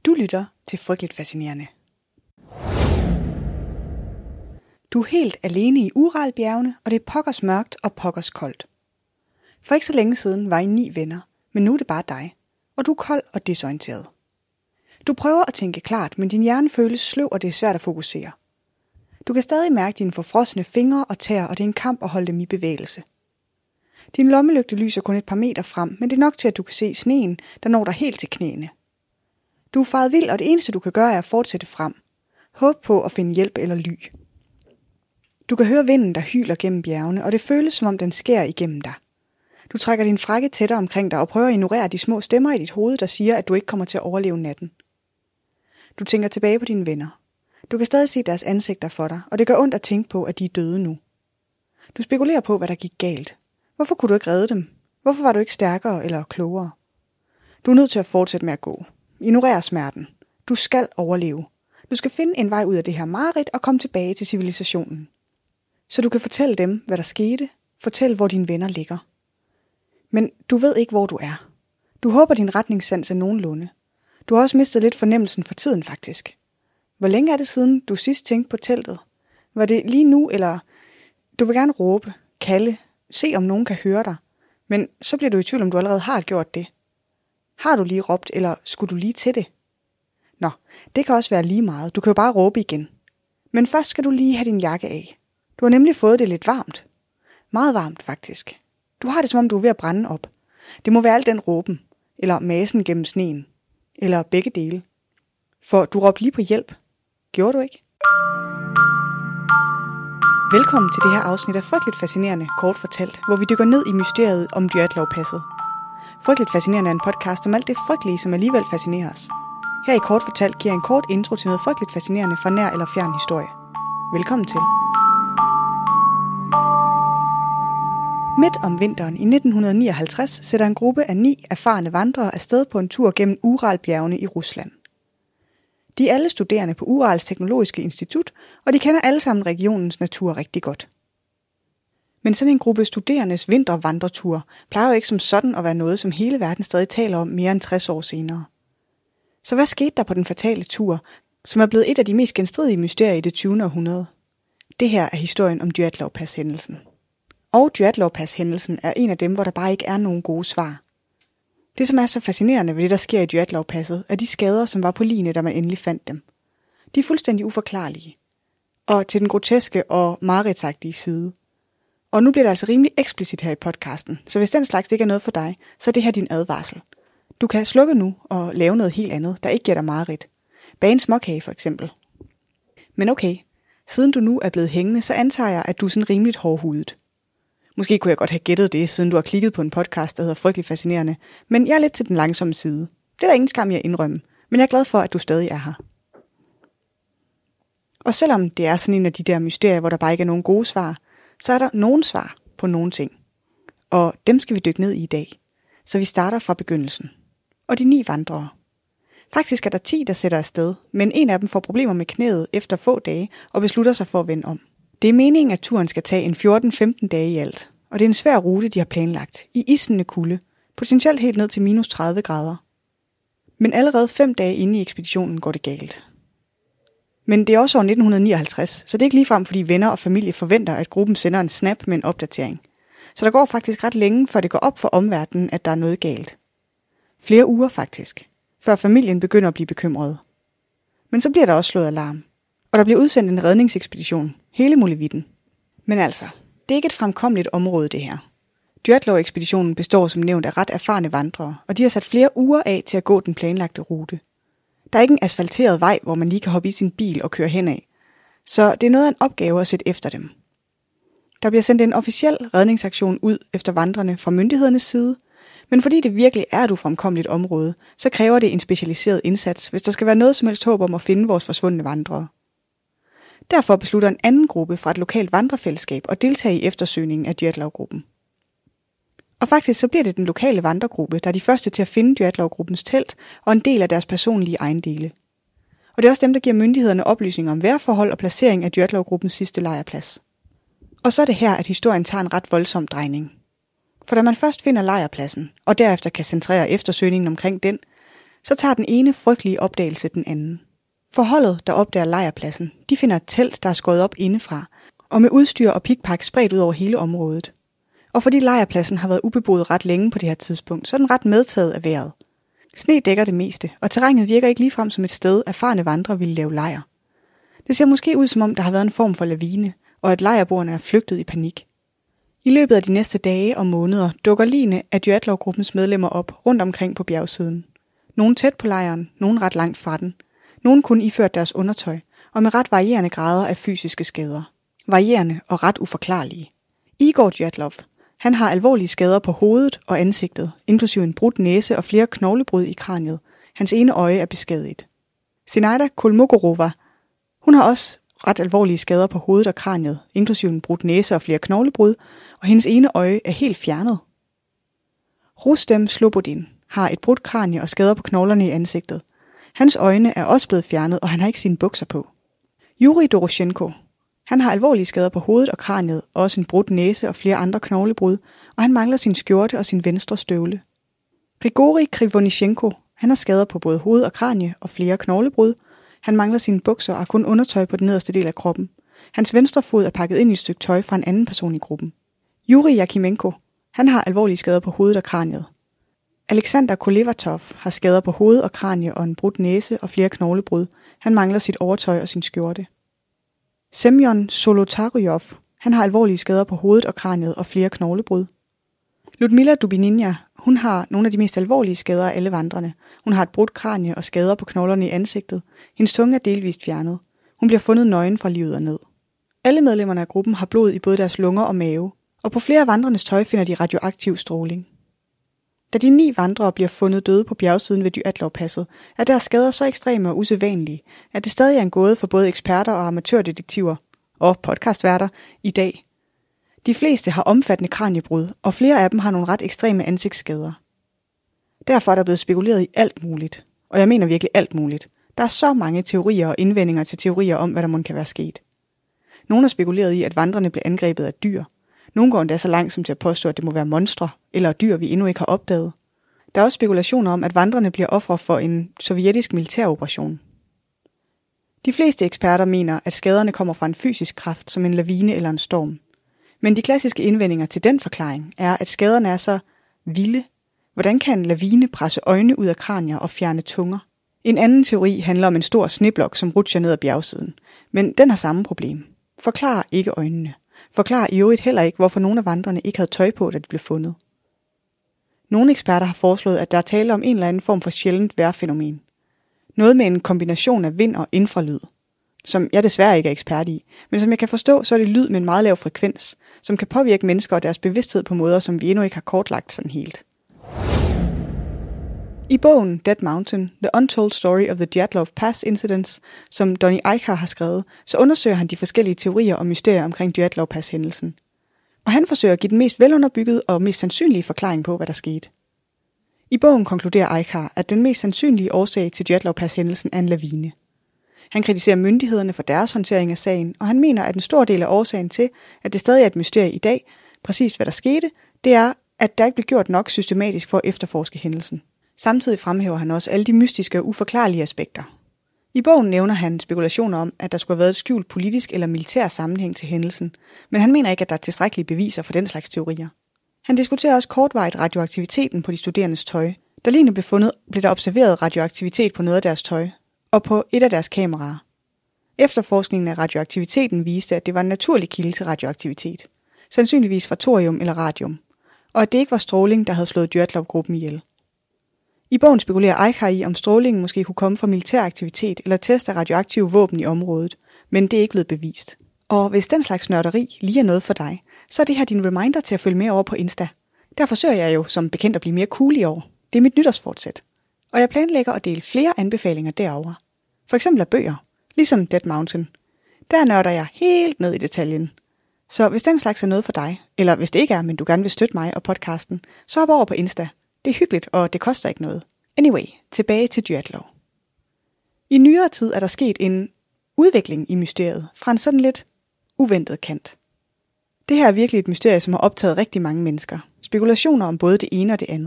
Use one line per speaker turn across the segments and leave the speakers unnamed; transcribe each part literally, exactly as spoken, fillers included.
Du lytter til Frygteligt Fascinerende. Du er helt alene i Uralbjergene, og det er pokkers mørkt og pokkers koldt. For ikke så længe siden var I ni venner, men nu er det bare dig, og du er kold og desorienteret. Du prøver at tænke klart, men din hjerne føles sløv, og det er svært at fokusere. Du kan stadig mærke dine forfrosne fingre og tæer, og det er en kamp at holde dem i bevægelse. Din lommelygte lyser kun et par meter frem, men det er nok til, at du kan se sneen, der når dig helt til knæene. Du er faret vild, og det eneste du kan gøre er at fortsætte frem. Håb på at finde hjælp eller ly. Du kan høre vinden, der hyler gennem bjergene, og det føles som om den skærer igennem dig. Du trækker din frakke tættere omkring dig og prøver at ignorere de små stemmer i dit hoved, der siger, at du ikke kommer til at overleve natten. Du tænker tilbage på dine venner. Du kan stadig se deres ansigter for dig, og det gør ondt at tænke på, at de er døde nu. Du spekulerer på, hvad der gik galt. Hvorfor kunne du ikke redde dem? Hvorfor var du ikke stærkere eller klogere? Du er nødt til at fortsætte med at gå. Ignorer smerten. Du skal overleve. Du skal finde en vej ud af det her mareridt og komme tilbage til civilisationen. Så du kan fortælle dem, hvad der skete. Fortæl, hvor dine venner ligger. Men du ved ikke, hvor du er. Du håber, din retningssans er nogenlunde. Du har også mistet lidt fornemmelsen for tiden, faktisk. Hvor længe er det siden, du sidst tænkte på teltet? Var det lige nu, eller... Du vil gerne råbe, kalde, se om nogen kan høre dig. Men så bliver du i tvivl, om du allerede har gjort det. Har du lige råbt, eller skulle du lige til det? Nå, det kan også være lige meget. Du kan jo bare råbe igen. Men først skal du lige have din jakke af. Du har nemlig fået det lidt varmt. Meget varmt, faktisk. Du har det, som om du er ved at brænde op. Det må være al den råben, eller masen gennem sneen, eller begge dele. For du råbte lige på hjælp. Gjorde du ikke? Velkommen til det her afsnit af Frygteligt Fascinerende, kort fortalt, hvor vi dykker ned i mysteriet om Dyatlov-passet. Frygteligt Fascinerende er en podcast om alt det frygtelige, som alligevel fascinerer os. Her i Kort Fortalt giver jeg en kort intro til noget frygteligt fascinerende fra nær eller fjern historie. Velkommen til. Midt om vinteren i nitten nioghalvtreds sætter en gruppe af ni erfarne vandrere afsted på en tur gennem Uralbjergene i Rusland. De er alle studerende på Urals Teknologiske Institut, og de kender alle sammen regionens natur rigtig godt. Men sådan en gruppe studerendes vintervandretur plejer jo ikke som sådan at være noget, som hele verden stadig taler om mere end tres år senere. Så hvad skete der på den fatale tur, som er blevet et af de mest genstridige mysterier i det tyvende århundrede? Det her er historien om Dyatlov-pas-hændelsen. Og Dyatlov-pas-hændelsen er en af dem, hvor der bare ikke er nogen gode svar. Det, som er så fascinerende ved det, der sker i Dyatlov-passet, er de skader, som var på ligene, da man endelig fandt dem. De er fuldstændig uforklarlige. Og til den groteske og mareridtsagtige side. Og nu bliver det altså rimelig eksplicit her i podcasten, så hvis den slags ikke er noget for dig, så er det her din advarsel. Du kan slukke nu og lave noget helt andet, der ikke giver dig mareridt. Bage en småkage for eksempel. Men okay, siden du nu er blevet hængende, så antager jeg, at du er sådan rimeligt hårdhudet. Måske kunne jeg godt have gættet det, siden du har klikket på en podcast, der hedder Frygteligt Fascinerende, men jeg er lidt til den langsomme side. Det er der ingen skam i at indrømme, men jeg er glad for, at du stadig er her. Og selvom det er sådan en af de der mysterier, hvor der bare ikke er nogen gode svar, så er der nogen svar på nogle ting. Og dem skal vi dykke ned i i dag. Så vi starter fra begyndelsen. Og de ni vandrere. Faktisk er der ti, der sætter afsted, men en af dem får problemer med knæet efter få dage og beslutter sig for at vende om. Det er meningen, at turen skal tage en fjorten til femten dage i alt, og det er en svær rute, de har planlagt, i isende kulde, potentielt helt ned til minus tredive grader. Men allerede fem dage inde i ekspeditionen går det galt. Men det er også år nitten nioghalvtreds, så det er ikke ligefrem, fordi venner og familie forventer, at gruppen sender en snap med en opdatering. Så der går faktisk ret længe, før det går op for omverdenen, at der er noget galt. Flere uger faktisk, før familien begynder at blive bekymret. Men så bliver der også slået alarm. Og der bliver udsendt en redningsekspedition, hele muligheden. Men altså, det er ikke et fremkommeligt område det her. Dyatlov-ekspeditionen består som nævnt af ret erfarne vandrere, og de har sat flere uger af til at gå den planlagte rute. Der er ikke en asfalteret vej, hvor man lige kan hoppe i sin bil og køre henad, så det er noget af en opgave at sætte efter dem. Der bliver sendt en officiel redningsaktion ud efter vandrerne fra myndighedernes side, men fordi det virkelig er et ufremkommeligt område, så kræver det en specialiseret indsats, hvis der skal være noget som helst håb om at finde vores forsvundne vandrere. Derfor beslutter en anden gruppe fra et lokalt vandrefællesskab at deltage i eftersøgningen af Dyatlov-gruppen. Og faktisk så bliver det den lokale vandregruppe, der er de første til at finde Dyatlov-gruppens telt og en del af deres personlige ejendele. Og det er også dem, der giver myndighederne oplysninger om vejrforhold og placering af Dyatlov-gruppens sidste lejrplads. Og så er det her, at historien tager en ret voldsom drejning. For da man først finder lejrpladsen, og derefter kan centrere eftersøgningen omkring den, så tager den ene frygtelige opdagelse den anden. Forholdet, der opdager lejrpladsen, de finder et telt, der er skåret op indefra, og med udstyr og pikpak spredt ud over hele området. Og fordi lejrpladsen har været ubeboet ret længe på det her tidspunkt, så er den ret medtaget af vejret. Sne dækker det meste, og terrænet virker ikke ligefrem som et sted, erfarne vandrere ville lave lejr. Det ser måske ud som om, der har været en form for lavine, og at lejrboerne er flygtet i panik. I løbet af de næste dage og måneder dukker ligene af Dyatlov-gruppens medlemmer op rundt omkring på bjergsiden. Nogle tæt på lejren, nogle ret langt fra den. Nogle kun iført deres undertøj, og med ret varierende grader af fysiske skader. Varierende og ret uforklarlige. Igor Dyatlov, han har alvorlige skader på hovedet og ansigtet, inklusive en brudt næse og flere knoglebrud i kraniet. Hans ene øje er beskadiget. Zinaida Kolmogorova, hun har også ret alvorlige skader på hovedet og kraniet, inklusive en brudt næse og flere knoglebrud, og hendes ene øje er helt fjernet. Rustem Slobodin har et brudt kranie og skader på knoglerne i ansigtet. Hans øjne er også blevet fjernet, og han har ikke sine bukser på. Yuri Doroshenko, han har alvorlige skader på hovedet og kraniet, og også en brudt næse og flere andre knoglebrud, og han mangler sin skjorte og sin venstre støvle. Grigori Krivonishenko, han har skader på både hoved og kranie og flere knoglebrud. Han mangler sine bukser og har kun undertøj på den nederste del af kroppen. Hans venstre fod er pakket ind i et stykke tøj fra en anden person i gruppen. Yuri Yakimenko, han har alvorlige skader på hovedet og kraniet. Alexander Kolevatov har skader på hoved og kranie og en brudt næse og flere knoglebrud. Han mangler sit overtøj og sin skjorte. Semyon Solotaryov, han har alvorlige skader på hovedet og kraniet og flere knoglebrud. Ludmila Dubininja, hun har nogle af de mest alvorlige skader af alle vandrene. Hun har et brudt kranie og skader på knoglerne i ansigtet. Hendes tunge er delvist fjernet. Hun bliver fundet nøgen fra livet og ned. Alle medlemmerne af gruppen har blod i både deres lunger og mave, og på flere af vandrenes tøj finder de radioaktiv stråling. Da de ni vandrere bliver fundet døde på bjergsiden ved Dyatlov-passet, er deres skader så ekstreme og usædvanlige, at det stadig er en gåde for både eksperter og amatørdetektiver og podcastværter i dag. De fleste har omfattende kraniebrud, og flere af dem har nogle ret ekstreme ansigtsskader. Derfor er der blevet spekuleret i alt muligt, og jeg mener virkelig alt muligt. Der er så mange teorier og indvendinger til teorier om, hvad der mon kan være sket. Nogle har spekuleret i, at vandrerne blev angrebet af dyr. Nogle går endda så langt som til at påstå, at det må være monstre eller dyr, vi endnu ikke har opdaget. Der er også spekulationer om, at vandrerne bliver ofre for en sovjetisk militæroperation. De fleste eksperter mener, at skaderne kommer fra en fysisk kraft, som en lavine eller en storm. Men de klassiske indvendinger til den forklaring er, at skaderne er så vilde. Hvordan kan en lavine presse øjne ud af kranier og fjerne tunger? En anden teori handler om en stor sneblok, som rutscher ned ad bjergsiden. Men den har samme problem. Forklar ikke øjnene. Forklar i øvrigt heller ikke, hvorfor nogle af vandrene ikke havde tøj på, da de blev fundet. Nogle eksperter har foreslået, at der er tale om en eller anden form for sjældent vejrfænomen. Noget med en kombination af vind og infralyd, som jeg desværre ikke er ekspert i, men som jeg kan forstå, så er det lyd med en meget lav frekvens, som kan påvirke mennesker og deres bevidsthed på måder, som vi endnu ikke har kortlagt sådan helt. I bogen Dead Mountain, The Untold Story of the Dyatlov Pass Incidents, som Donny Eichar har skrevet, så undersøger han de forskellige teorier og mysterier omkring Dyatlov Pass-hændelsen. Og han forsøger at give den mest velunderbyggede og mest sandsynlige forklaring på, hvad der skete. I bogen konkluderer Eichar, at den mest sandsynlige årsag til Dyatlov Pass-hændelsen er en lavine. Han kritiserer myndighederne for deres håndtering af sagen, og han mener, at en stor del af årsagen til, at det stadig er et mysterie i dag, præcis hvad der skete, det er, at der ikke blev gjort nok systematisk for at efterforske hændelsen. Samtidig fremhæver han også alle de mystiske og uforklarlige aspekter. I bogen nævner han spekulationer om, at der skulle have været et skjult politisk eller militær sammenhæng til hændelsen, men han mener ikke, at der er tilstrækkelige beviser for den slags teorier. Han diskuterer også kortvarigt radioaktiviteten på de studerendes tøj. Da ligene blev fundet, blev der observeret radioaktivitet på noget af deres tøj, og på et af deres kameraer. Efterforskningen af radioaktiviteten viste, at det var en naturlig kilde til radioaktivitet, sandsynligvis fra thorium eller radium, og at det ikke var stråling, der havde slået Dyatlov-gruppen ihjel. I bogen spekulerer Eichar i, om strålingen måske kunne komme fra militær aktivitet eller test af radioaktive våben i området, men det er ikke blevet bevist. Og hvis den slags nørderi lige er noget for dig, så er det her din reminder til at følge med over på Insta. Der forsøger jeg jo som bekendt at blive mere cool i år. Det er mit nytårsfortsæt. Og jeg planlægger at dele flere anbefalinger derovre. For eksempel af bøger, ligesom Dead Mountain. Der nørder jeg helt ned i detaljen. Så hvis den slags er noget for dig, eller hvis det ikke er, men du gerne vil støtte mig og podcasten, så hop over på Insta. Det er hyggeligt, og det koster ikke noget. Anyway, tilbage til Dyatlov. I nyere tid er der sket en udvikling i mysteriet fra en sådan lidt uventet kant. Det her er virkelig et mysterie, som har optaget rigtig mange mennesker. Spekulationer om både det ene og det andet.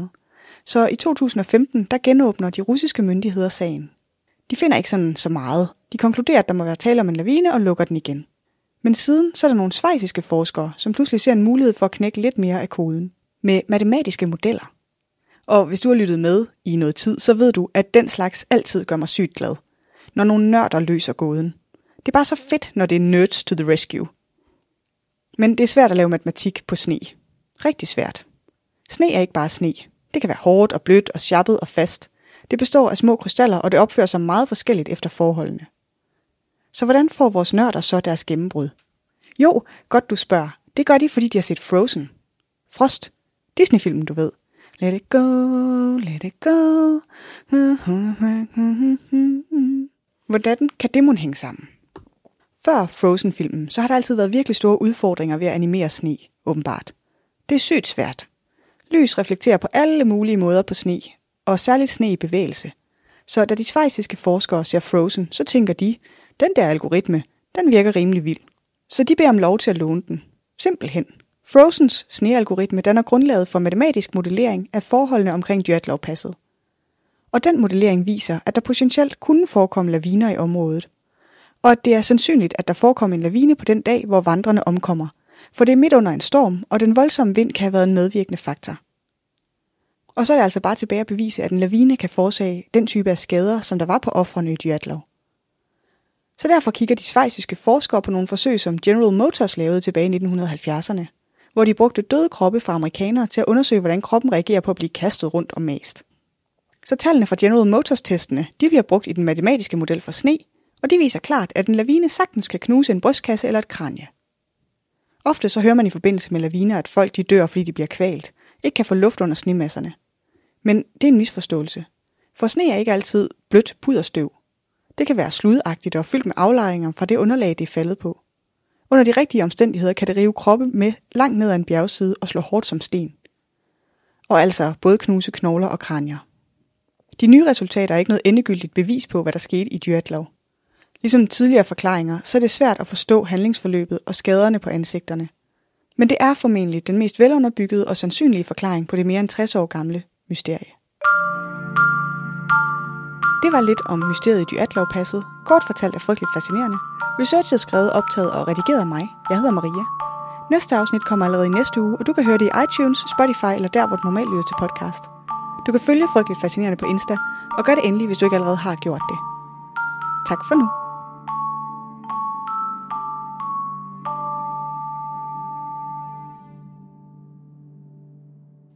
Så i to tusind og femten, der genåbner de russiske myndigheder sagen. De finder ikke sådan så meget. De konkluderer, at der må være tale om en lavine og lukker den igen. Men siden så er der nogle schweiziske forskere, som pludselig ser en mulighed for at knække lidt mere af koden med matematiske modeller. Og hvis du har lyttet med i noget tid, så ved du, at den slags altid gør mig sygt glad, når nogle nørder løser gåden. Det er bare så fedt, når det er nerds to the rescue. Men det er svært at lave matematik på sne. Rigtig svært. Sne er ikke bare sne. Det kan være hårdt og blødt og sjappet og fast. Det består af små krystaller, og det opfører sig meget forskelligt efter forholdene. Så hvordan får vores nørder så deres gennembrud? Jo, godt du spørger. Det gør de, fordi de har set Frozen. Frost. Disney-filmen, du ved. Let it go, let it go. Hvordan kan det mon hænge sammen? Før Frozen-filmen, så har der altid været virkelig store udfordringer ved at animere sne, åbenbart. Det er sygt svært. Lys reflekterer på alle mulige måder på sne, og særligt sne i bevægelse. Så da de schweiziske forskere ser Frozen, så tænker de, den der algoritme, den virker rimelig vild. Så de beder om lov til at låne den. Simpelthen. Frozens snealgoritme danner grundlaget for matematisk modellering af forholdene omkring Dyatlov-passet. Og den modellering viser, at der potentielt kunne forekomme laviner i området. Og at det er sandsynligt, at der forekommer en lavine på den dag, hvor vandrene omkommer. For det er midt under en storm, og den voldsomme vind kan have været en medvirkende faktor. Og så er det altså bare tilbage at bevise, at en lavine kan forårsage den type af skader, som der var på ofrene i Dyatlov. Så derfor kigger de schweiziske forskere på nogle forsøg, som General Motors lavede tilbage i nitten halvfjerdserne, hvor de brugte døde kroppe fra amerikanere til at undersøge, hvordan kroppen reagerer på at blive kastet rundt og mast. Så tallene fra General Motors-testene, de bliver brugt i den matematiske model for sne, og de viser klart, at en lavine sagtens kan knuse en brystkasse eller et kranie. Ofte så hører man i forbindelse med laviner, at folk de dør, fordi de bliver kvalt, ikke kan få luft under snemasserne. Men det er en misforståelse. For sne er ikke altid blødt puderstøv. Det kan være sludagtigt og fyldt med aflejringer fra det underlag, det er faldet på. Under de rigtige omstændigheder kan det rive kroppe med langt ned ad en bjergside og slå hårdt som sten. Og altså både knuse knogler og kranier. De nye resultater er ikke noget endegyldigt bevis på, hvad der skete i Dyatlov. Ligesom tidligere forklaringer, så er det svært at forstå handlingsforløbet og skaderne på ansigterne. Men det er formentlig den mest velunderbyggede og sandsynlige forklaring på det mere end tres år gamle mysterie. Det var lidt om mysteriet i Dyatlov-passet. Kort fortalt er frygteligt fascinerende. Researchet skrevet, optaget og redigeret af mig. Jeg hedder Maria. Næste afsnit kommer allerede i næste uge, og du kan høre det i iTunes, Spotify eller der, hvor du normalt lytter til podcast. Du kan følge Frygteligt Fascinerende på Insta, og gør det endelig, hvis du ikke allerede har gjort det. Tak for nu.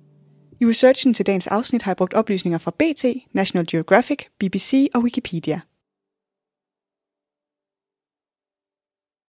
I researchen til dagens afsnit har jeg brugt oplysninger fra B T, National Geographic, B B C og Wikipedia.